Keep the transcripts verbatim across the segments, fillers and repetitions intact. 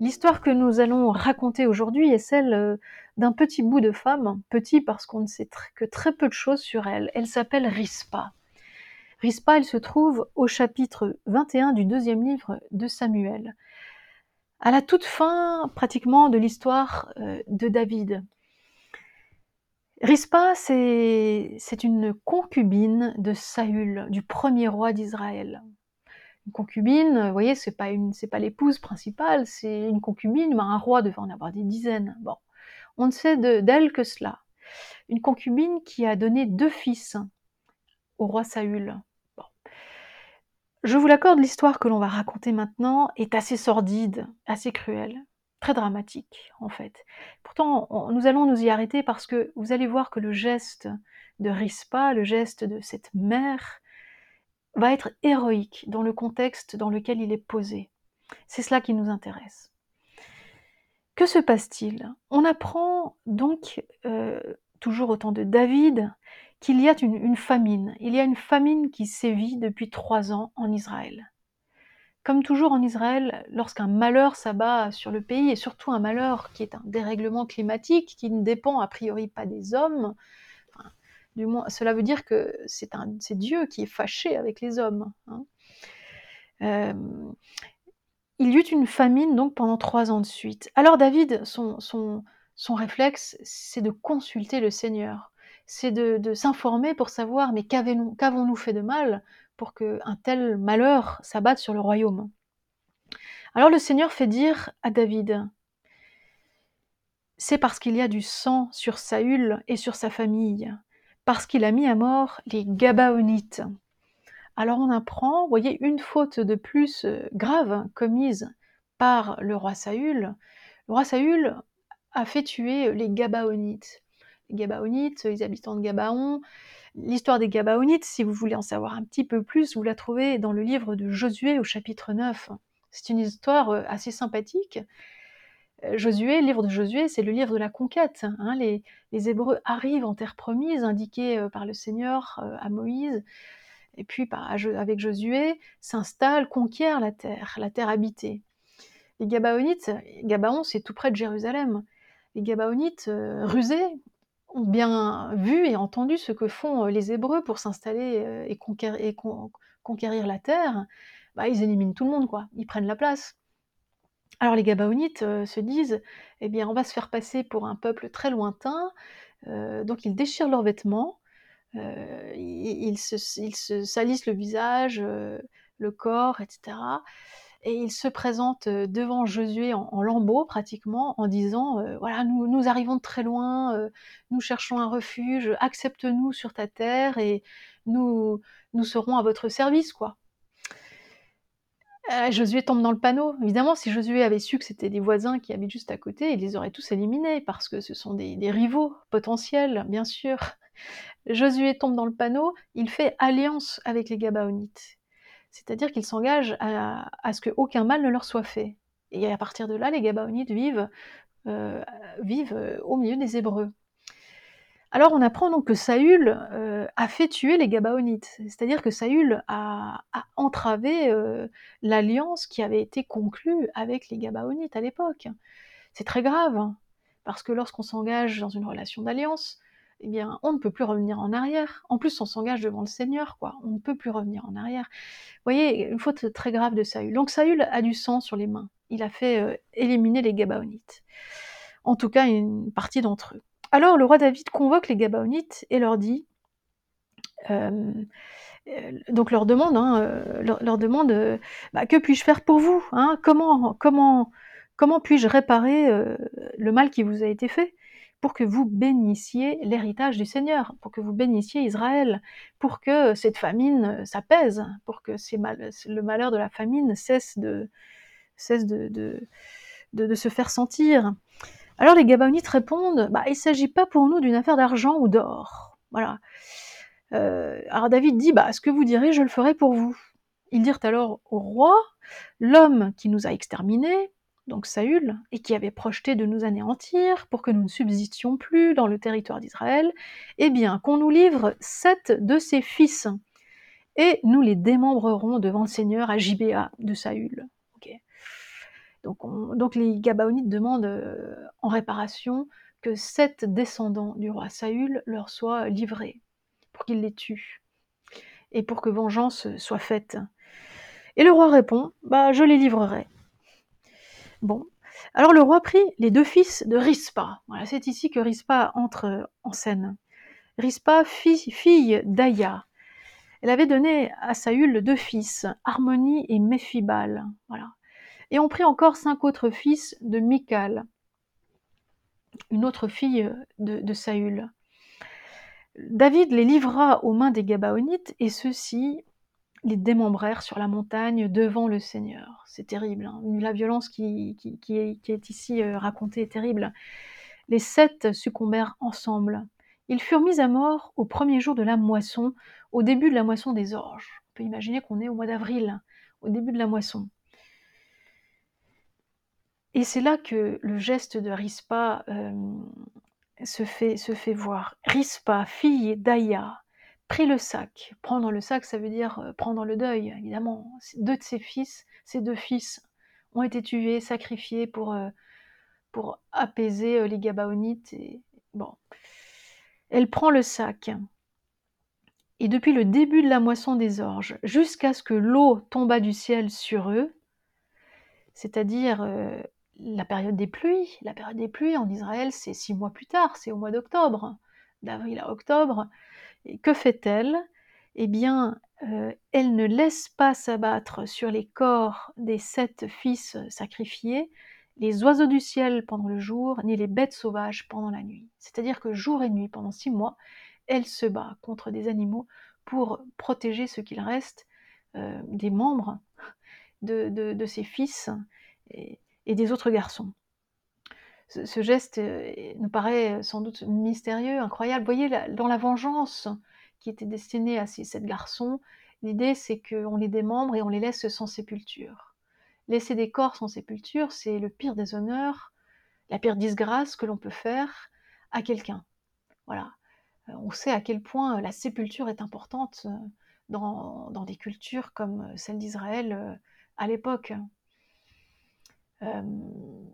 L'histoire que nous allons raconter aujourd'hui est celle euh, d'un petit bout de femme, petit parce qu'on ne sait tr- que très peu de choses sur elle. Elle s'appelle Rispa. Rispa, elle se trouve au chapitre vingt et un du deuxième livre de Samuel, à la toute fin pratiquement de l'histoire euh, de David. Rispa, c'est c'est une concubine de Saül, du premier roi d'Israël. Une concubine, vous voyez, c'est pas une, c'est pas l'épouse principale, c'est une concubine, mais un roi devait en avoir des dizaines. Bon, on ne sait de- d'elle que cela. Une concubine qui a donné deux fils au roi Saül. Bon. Je vous l'accorde, l'histoire que l'on va raconter maintenant est assez sordide, assez cruelle, très dramatique en fait. Pourtant, on- nous allons nous y arrêter parce que vous allez voir que le geste de Rispa, le geste de cette mère, va être héroïque dans le contexte dans lequel il est posé. C'est cela qui nous intéresse. Que se passe-t-il? On apprend donc, euh, toujours au temps de David, qu'il y a une, une famine. Il y a une famine qui sévit depuis trois ans en Israël. Comme toujours en Israël, lorsqu'un malheur s'abat sur le pays, et surtout un malheur qui est un dérèglement climatique, qui ne dépend a priori pas des hommes, enfin, du moins, cela veut dire que c'est, un, c'est Dieu qui est fâché avec les hommes. Hein. Euh, Il y eut une famine donc pendant trois ans de suite. Alors David, son, son, son réflexe, c'est de consulter le Seigneur, c'est de, de s'informer pour savoir mais qu'avons-nous, qu'avons-nous fait de mal pour qu'un tel malheur s'abatte sur le royaume. Alors le Seigneur fait dire à David, c'est parce qu'il y a du sang sur Saül et sur sa famille, parce qu'il a mis à mort les Gabaonites. Alors on apprend, vous voyez, une faute de plus euh, grave commise par le roi Saül. Le roi Saül a fait tuer les Gabaonites. Les Gabaonites, les habitants de Gabaon. L'histoire des Gabaonites, si vous voulez en savoir un petit peu plus, vous la trouvez dans le livre de Josué au chapitre neuf. C'est une histoire euh, assez sympathique. Euh, Josué, le livre de Josué, c'est le livre de la conquête. Hein. Les, les Hébreux arrivent en terre promise, indiquée euh, par le Seigneur euh, à Moïse, et puis bah, avec Josué, s'installent, conquièrent la terre, la terre habitée. Les Gabaonites, Gabaon, c'est tout près de Jérusalem. Les Gabaonites, euh, rusés, ont bien vu et entendu ce que font euh, les Hébreux pour s'installer euh, et, conquérir, et con- conquérir la terre. Bah, ils éliminent tout le monde, quoi. Ils prennent la place. Alors les Gabaonites euh, se disent, eh bien, on va se faire passer pour un peuple très lointain, euh, donc ils déchirent leurs vêtements, euh, ils, ils se, ils se salissent le visage, euh, le corps, et cetera. Et ils se présentent euh, devant Josué en, en lambeaux pratiquement, en disant euh, voilà, nous, nous arrivons de très loin, euh, nous cherchons un refuge, accepte-nous sur ta terre et nous, nous serons à votre service, quoi. Euh, Josué tombe dans le panneau. Évidemment, si Josué avait su que c'était des voisins qui habitent juste à côté, il les aurait tous éliminés, parce que ce sont des, des rivaux potentiels, bien sûr. Josué tombe dans le panneau, il fait alliance avec les Gabaonites. C'est-à-dire qu'il s'engage à, à ce qu'aucun mal ne leur soit fait. Et à partir de là, les Gabaonites vivent, euh, vivent euh, au milieu des Hébreux. Alors on apprend donc que Saül euh, a fait tuer les Gabaonites, c'est-à-dire que Saül a, a entravé euh, l'alliance qui avait été conclue avec les Gabaonites à l'époque. C'est très grave, hein, parce que lorsqu'on s'engage dans une relation d'alliance, eh bien, on ne peut plus revenir en arrière. En plus, on s'engage devant le Seigneur, quoi. On ne peut plus revenir en arrière. Vous voyez, une faute très grave de Saül. Donc Saül a du sang sur les mains. Il a fait euh, éliminer les Gabaonites. En tout cas, une partie d'entre eux. Alors le roi David convoque les Gabaonites et leur dit, euh, euh, donc leur demande, hein, euh, leur, leur demande, euh, bah, que puis-je faire pour vous, hein, comment, comment, comment puis-je réparer euh, le mal qui vous a été fait pour que vous bénissiez l'héritage du Seigneur, pour que vous bénissiez Israël, pour que cette famine s'apaise, pour que ces mal, le malheur de la famine cesse de, cesse de, de, de, de se faire sentir. Alors les Gabaonites répondent, bah, il ne s'agit pas pour nous d'une affaire d'argent ou d'or. Voilà. Euh, alors David dit, bah, ce que vous direz, je le ferai pour vous. Ils dirent alors au roi, l'homme qui nous a exterminés, donc Saül, et qui avait projeté de nous anéantir pour que nous ne subsistions plus dans le territoire d'Israël, eh bien, qu'on nous livre sept de ses fils, et nous les démembrerons devant le Seigneur à Gibéa de Saül. Okay. Donc on donc les Gabaonites demandent, heu, en réparation que sept descendants du roi Saül leur soient livrés, pour qu'ils les tuent et pour que vengeance, heu, soit faite. Et le roi répond: «Bah, je les livrerai». Bon, alors le roi prit les deux fils de Rispa. Voilà, c'est ici que Rispa entre, heu, en scène. Rispa, fi fille d'Aïa. Elle avait donné à Saül deux fils, Harmonie et Méphibal, voilà. Et on prit encore cinq autres fils de Michal, une autre fille, heu, de de Saül. David les livra aux mains des Gabaonites et ceux-ci les démembrèrent sur la montagne devant le Seigneur. C'est terrible, hein, la violence qui qui qui est qui est ici, heu, racontée est terrible. Les sept succombèrent ensemble. Ils furent mis à mort au premier jour de la moisson, au début de la moisson des orges. On peut imaginer qu'on est au mois d'avril, au début de la moisson. Et c'est là que le geste de Rispa, hem, se fait se fait voir. Rispa, fille d'Aïa, prit le sac. Prendre le sac, ça veut dire, heu, prendre le deuil, évidemment. Deux de ses fils, ses deux fils ont été tués, sacrifiés pour, heu, pour apaiser, heu, les Gabaonites et bon. Elle prend le sac et depuis le début de la moisson des orges, jusqu'à ce que l'eau tombât du ciel sur eux, c'est-à-dire, heu, la période des pluies. La période des pluies en Israël, c'est six mois plus tard, c'est au mois d'octobre, d'avril à octobre. Et que fait-elle? Eh bien, heu, elle ne laisse pas s'abattre sur les corps des sept fils sacrifiés les oiseaux du ciel pendant le jour, ni les bêtes sauvages pendant la nuit. C'est-à-dire que jour et nuit, pendant six mois, elle se bat contre des animaux pour protéger ce qu'il reste, heu, des membres de de de ses fils et et des autres garçons. Ce ce geste, heu, nous paraît sans doute mystérieux, incroyable. Vous voyez, la dans la vengeance qui était destinée à ces sept garçons, l'idée c'est qu'on les démembre et on les laisse sans sépulture. Laisser des corps sans sépulture, c'est le pire des honneurs, la pire disgrâce que l'on peut faire à quelqu'un. Voilà. Heu, on sait à quel point la sépulture est importante, heu, dans dans des cultures comme celle d'Israël, heu, à l'époque. Hem,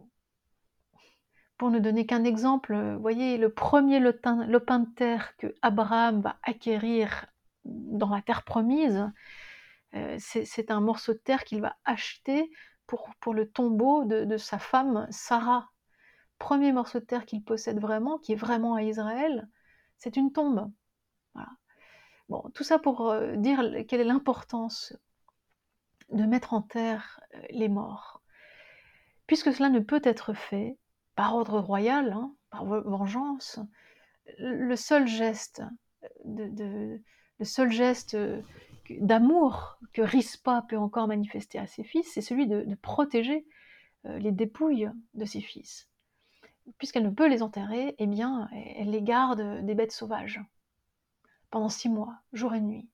pour ne donner qu'un exemple, heu, voyez le premier lotin lopin de terre que Abraham va acquérir dans la terre promise, heu, c'est c'est un morceau de terre qu'il va acheter pour pour le tombeau de de sa femme Sarah. Premier morceau de terre qu'il possède vraiment, qui est vraiment à Israël, c'est une tombe. Voilà. Bon, tout ça pour, heu, dire l quelle est l'importance de mettre en terre, heu, les morts. Puisque cela ne peut être fait par ordre royal, hein, par ve vengeance, le le seul geste, heu, de de le seul geste, heu, que d'amour que Rispa peut encore manifester à ses fils, c'est celui de de protéger, heu, les dépouilles de ses fils. Puisqu'elle ne peut les enterrer, eh bien, e elle les garde des bêtes sauvages pendant six mois, jour et nuit.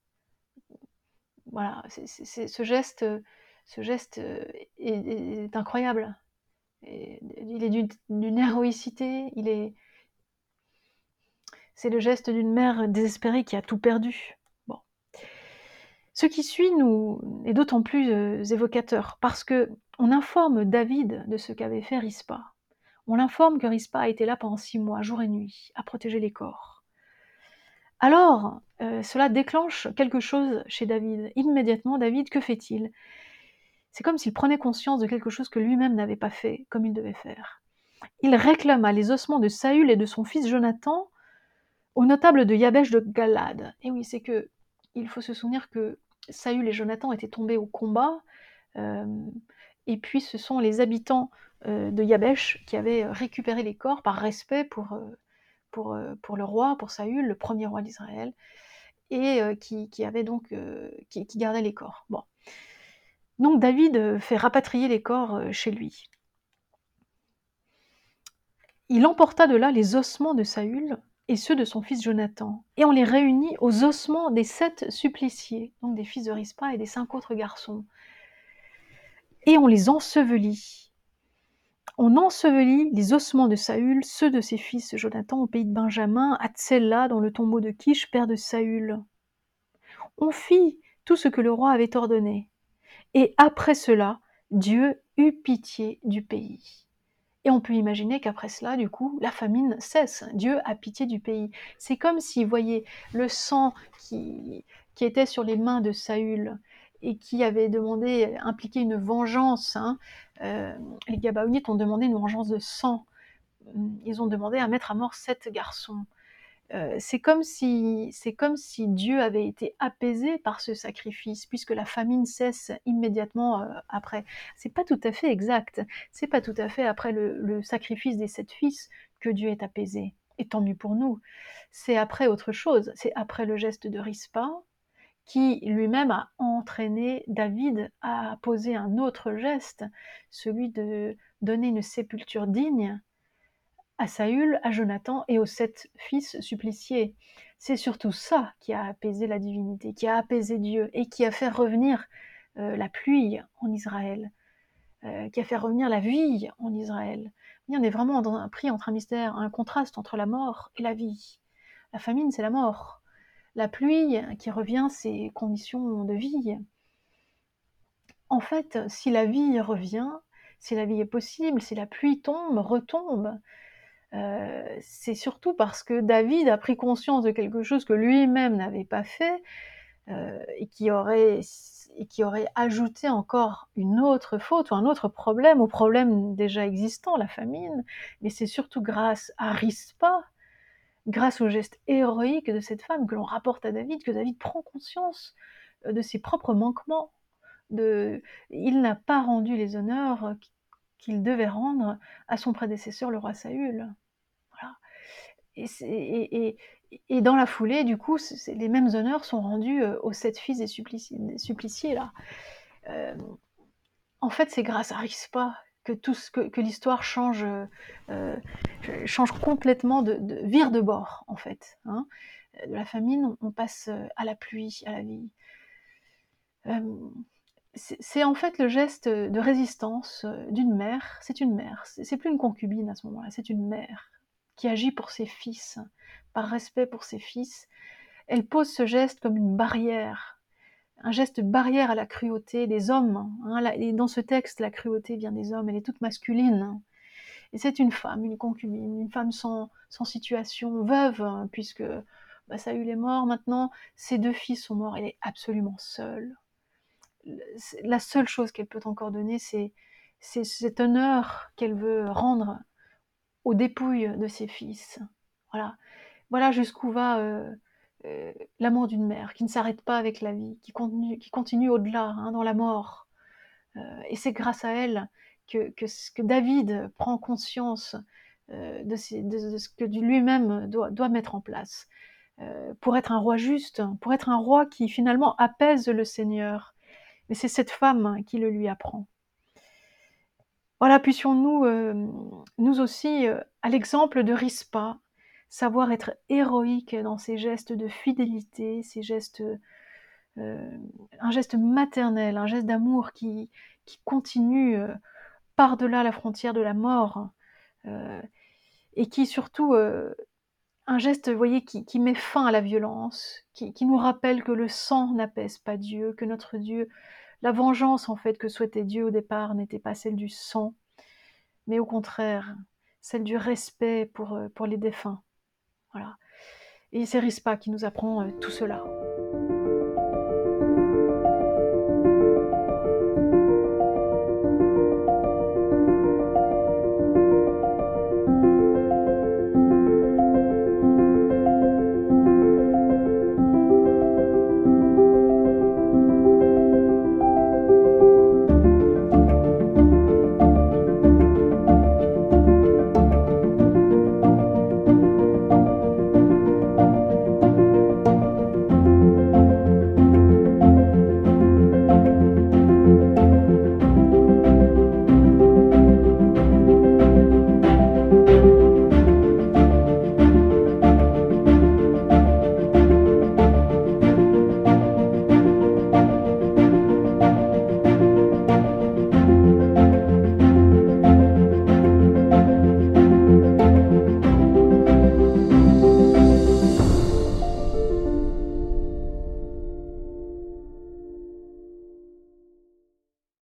Voilà, c'est c'est c'est ce geste, heu, ce geste, heu, est est est incroyable et il est d'une d'une héroïcité, il est c'est le geste d'une mère désespérée qui a tout perdu. Bon. Ce qui suit nous est d'autant plus, heu, évocateur parce qu'on informe David de ce qu'avait fait Rispa. On l'informe que Rispa a été là pendant six mois, jour et nuit, à protéger les corps. Alors, heu, cela déclenche quelque chose chez David. Immédiatement, David, que fait-il? C'est comme s'il prenait conscience de quelque chose que lui-même n'avait pas fait comme il devait faire. Il réclama les ossements de Saül et de son fils Jonathan aux notables de Yabesh de Galad. Et oui, c'est que il faut se souvenir que Saül et Jonathan étaient tombés au combat, hem, et puis ce sont les habitants, heu, de Yabesh qui avaient récupéré les corps par respect pour, heu, pour, heu, pour le roi, pour Saül, le premier roi d'Israël, et heu, qui qui avaient donc, heu, qui qui gardaient les corps. Bon. Donc David, heu, fait rapatrier les corps, heu, chez lui. Il emporta de là les ossements de Saül et ceux de son fils Jonathan, et on les réunit aux ossements des sept suppliciés, donc des fils de Rispa et des cinq autres garçons. Et on les ensevelit. On ensevelit les ossements de Saül, ceux de ses fils Jonathan au pays de Benjamin, à Tsella, dans le tombeau de Kish, père de Saül. On fit tout ce que le roi avait ordonné. Et après cela, Dieu eut pitié du pays. Et on peut imaginer qu'après cela, du coup, la famine cesse. Dieu a pitié du pays. C'est comme si, vous voyez, le sang qui, qui était sur les mains de Saül et qui avait demandé, impliqué une vengeance, hein, euh, les Gabaonites ont demandé une vengeance de sang. Ils ont demandé à mettre à mort sept garçons. Euh, c'est comme si, c'est comme si Dieu avait été apaisé par ce sacrifice, puisque la famine cesse immédiatement euh, après. C'est pas tout à fait exact. C'est pas tout à fait après le, le sacrifice des sept fils que Dieu est apaisé. Et tant mieux pour nous. C'est après autre chose. C'est après le geste de Rispa qui lui-même a entraîné David à poser un autre geste, celui de donner une sépulture digne à Saül, à Jonathan et aux sept fils suppliciés. C'est surtout ça qui a apaisé la divinité, qui a apaisé Dieu et qui a fait revenir euh, la pluie en Israël, euh, qui a fait revenir la vie en Israël. On est vraiment dans un, pris entre un mystère, un contraste entre la mort et la vie. La famine, c'est la mort. La pluie qui revient, c'est conditions de vie. En fait, si la vie revient, si la vie est possible, si la pluie tombe, retombe, Euh, c'est surtout parce que David a pris conscience de quelque chose que lui-même n'avait pas fait euh, et, qui aurait, et qui aurait ajouté encore une autre faute ou un autre problème au problème déjà existant, la famine. Mais c'est surtout grâce à Rispa, grâce au geste héroïque de cette femme que l'on rapporte à David, que David prend conscience euh, de ses propres manquements. De... Il n'a pas rendu les honneurs qu'il devait rendre à son prédécesseur, le roi Saül. Voilà. Et, et, et, et, dans la foulée, du coup, les mêmes honneurs sont rendus euh, aux sept fils des suppliciés, des suppliciés là. Euh, en fait, c'est grâce à Rispa que, tout ce, que, que l'histoire change, euh, change complètement, de, de vire de bord, en fait. Hein. De la famine, on passe à la pluie, à la vie. Euh, c'est en fait le geste de résistance d'une mère. C'est une mère, c'est plus une concubine à ce moment-là, c'est une mère qui agit pour ses fils, par respect pour ses fils. Elle pose ce geste comme une barrière, un geste barrière à la cruauté des hommes. Hein, et dans ce texte, la cruauté vient des hommes, elle est toute masculine. Et c'est une femme, une concubine, une femme sans, sans situation, veuve, hein, puisque bah, Saül est mort maintenant, ses deux fils sont morts, elle est absolument seule. La seule chose qu'elle peut encore donner, c'est cet honneur qu'elle veut rendre aux dépouilles de ses fils. Voilà, voilà jusqu'où va euh, euh, l'amour d'une mère, qui ne s'arrête pas avec la vie, qui continue, qui continue au-delà, hein, dans la mort. Euh, et c'est grâce à elle que, que, que David prend conscience euh, de, ces, de, de ce que lui-même doit, doit mettre en place. Euh, pour être un roi juste, pour être un roi qui finalement apaise le Seigneur. Mais c'est cette femme qui le lui apprend. Voilà, puissions-nous, euh, nous aussi, euh, à l'exemple de Rispa, savoir être héroïque dans ces gestes de fidélité, ces gestes, euh, un geste maternel, un geste d'amour qui, qui continue euh, par-delà la frontière de la mort, euh, et qui surtout, euh, un geste, vous voyez, qui, qui met fin à la violence, qui, qui nous rappelle que le sang n'apaise pas Dieu, que notre Dieu, la vengeance en fait que souhaitait Dieu au départ n'était pas celle du sang, mais au contraire, celle du respect pour, pour les défunts. Voilà. Et c'est Rispa qui nous apprend euh, tout cela.